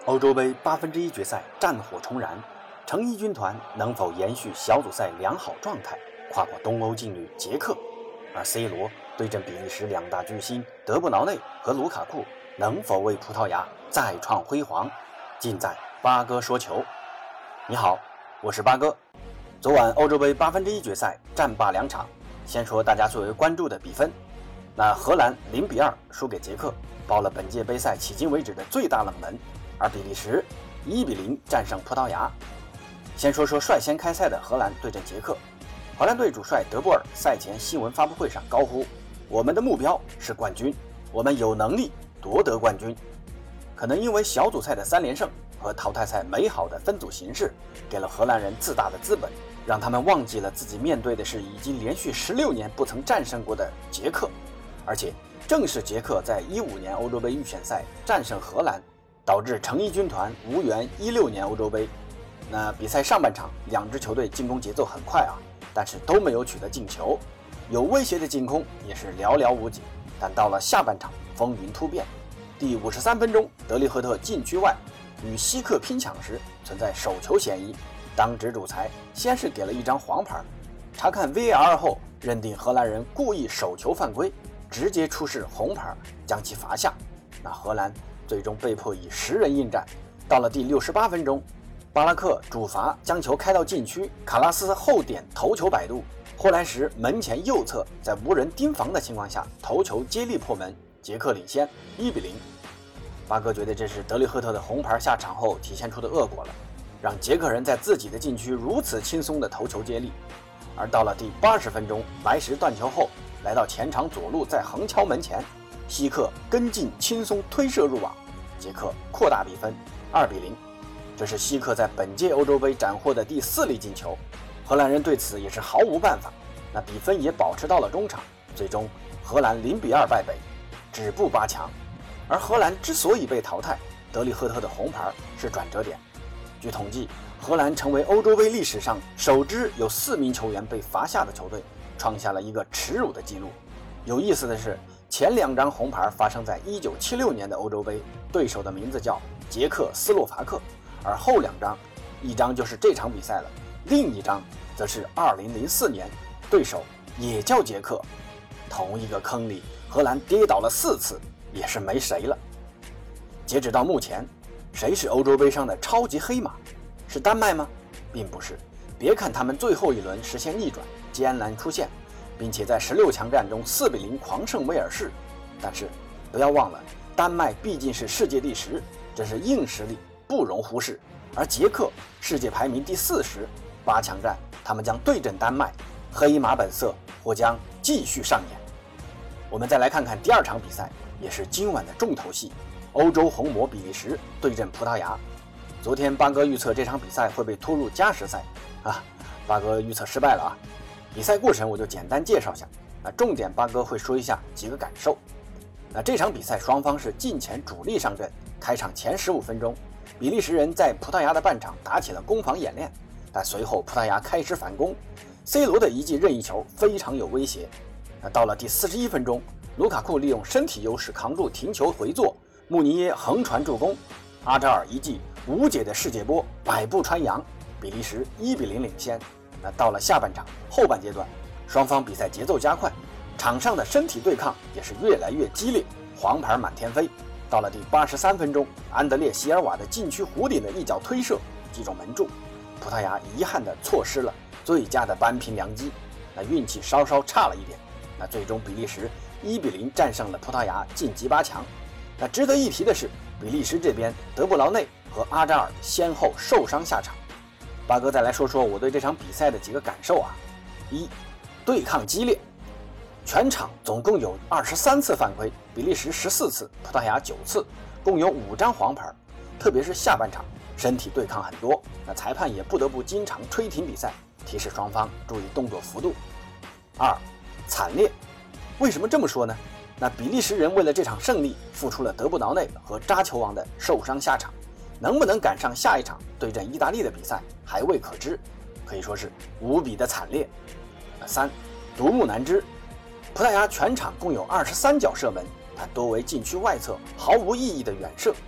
欧洲杯1/8决赛战火重燃，成衣军团能否延续小组赛良好状态，跨过东欧劲旅捷克？而 C 罗对阵比利时两大巨星德布劳内和卢卡库，能否为葡萄牙再创辉煌？尽在八哥说球。你好，我是八哥。昨晚欧洲杯1/8决赛战罢两场，先说大家最为关注的比分。那荷兰0-2输给捷克，爆了本届杯赛迄今为止的最大冷门。而比利时1-0战胜葡萄牙。先说说率先开赛的荷兰对阵捷克。荷兰队主帅德波尔赛前新闻发布会上高呼：“我们的目标是冠军，我们有能力夺得冠军。”可能因为小组赛的3连胜和淘汰赛美好的分组形势，给了荷兰人自大的资本，让他们忘记了自己面对的是已经连续16年不曾战胜过的捷克。而且正是捷克在15年欧洲杯预选赛战胜荷兰，导致成衣军团无缘16年欧洲杯。那比赛上半场，两支球队进攻节奏很快但是都没有取得进球，有威胁的进攻也是寥寥无几。但到了下半场，风云突变。第53分钟，德利赫特禁区外与希克拼抢时存在手球嫌疑，当值主裁先是给了一张黄牌，查看 VAR 后认定荷兰人故意手球犯规，直接出示红牌将其罚下。那荷兰最终被迫以10人应战。到了第68分钟，巴拉克主罚将球开到禁区，卡拉斯后点头球摆渡，霍莱什门前右侧在无人盯防的情况下头球接力破门，捷克领先1-0。巴哥觉得这是德利赫特的红牌下场后体现出的恶果了，让捷克人在自己的禁区如此轻松的头球接力。而到了第80分钟，白石断球后来到前场左路再横敲门前，希克跟进轻松推射入网，捷克扩大比分2-0。这是希克在本届欧洲杯斩获的第4粒进球，荷兰人对此也是毫无办法。那比分也保持到了中场，最终荷兰0-2败北，止步8强。而荷兰之所以被淘汰，德利赫特的红牌是转折点。据统计，荷兰成为欧洲杯历史上首支有4名球员被罚下的球队，创下了一个耻辱的记录。有意思的是，前2张红牌发生在1976年的欧洲杯，对手的名字叫捷克斯洛伐克，而后2张，一张就是这场比赛了，另一张则是2004年，对手也叫捷克。同一个坑里，荷兰跌倒了4次，也是没谁了。截止到目前，谁是欧洲杯上的超级黑马？是丹麦吗？并不是。别看他们最后一轮实现逆转，艰难出线，并且在16强战中4-0狂胜威尔士，但是不要忘了，丹麦毕竟是世界第10，这是硬实力，不容忽视。而捷克世界排名第40，8强战他们将对阵丹麦，黑马本色或将继续上演。我们再来看看第2场比赛，也是今晚的重头戏，欧洲红魔比利时对阵葡萄牙。昨天八哥预测这场比赛会被拖入加时赛八哥预测失败了比赛过程我就简单介绍下，重点八哥会说一下几个感受。这场比赛双方是近前主力上阵，开场前15分钟，比利时人在葡萄牙的半场打起了攻防演练，但随后葡萄牙开始反攻 ，C 罗的一记任意球非常有威胁。到了第41分钟，卢卡库利用身体优势扛住停球回做，穆尼耶横传助攻，阿扎尔一记无解的世界波百步穿杨，比利时1-0领先。到了下半场后半阶段，双方比赛节奏加快，场上的身体对抗也是越来越激烈，黄牌满天飞。到了第83分钟，安德烈席尔瓦的禁区弧顶的一脚推射击中门柱，葡萄牙遗憾地错失了最佳的扳平良机，运气稍稍差了一点。最终比利时1-0战胜了葡萄牙，晋级8强。值得一提的是，比利时这边德布劳内和阿扎尔先后受伤下场。八哥再来说说我对这场比赛的几个感受一、对抗激烈，全场总共有23次犯规，比利时14次，葡萄牙9次，共有5张黄牌。特别是下半场身体对抗很多，裁判也不得不经常吹停比赛，提示双方注意动作幅度。2、惨烈。为什么这么说呢？比利时人为了这场胜利付出了德布劳内和扎球王的受伤下场，能不能赶上下一场对阵意大利的比赛还未可知，可以说是无比的惨烈。3、独木难支。葡萄牙全场共有23脚射门，但多为禁区外侧毫无意义的远射，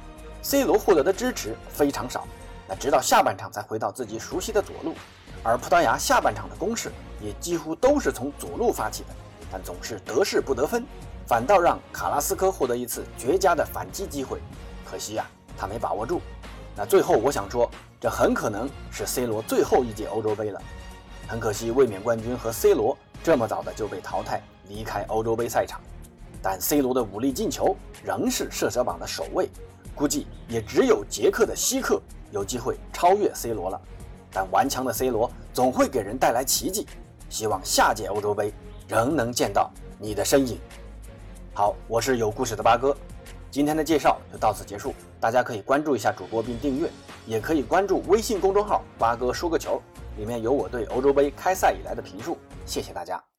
C 罗获得的支持非常少，那直到下半场才回到自己熟悉的左路，而葡萄牙下半场的攻势也几乎都是从左路发起的，但总是得势不得分，反倒让卡拉斯科获得一次绝佳的反击机会，可惜他没把握住。那最后我想说，这很可能是 C 罗最后一届欧洲杯了。很可惜，卫冕冠军和 C 罗这么早的就被淘汰离开欧洲杯赛场，但 C 罗的5粒进球仍是射手榜的首位，估计也只有捷克的希克有机会超越 C 罗了。但顽强的 C 罗总会给人带来奇迹，希望下届欧洲杯仍能见到你的身影。好，我是有故事的八哥，今天的介绍就到此结束，大家可以关注一下主播并订阅，也可以关注微信公众号八哥说个球，里面有我对欧洲杯开赛以来的评述，谢谢大家。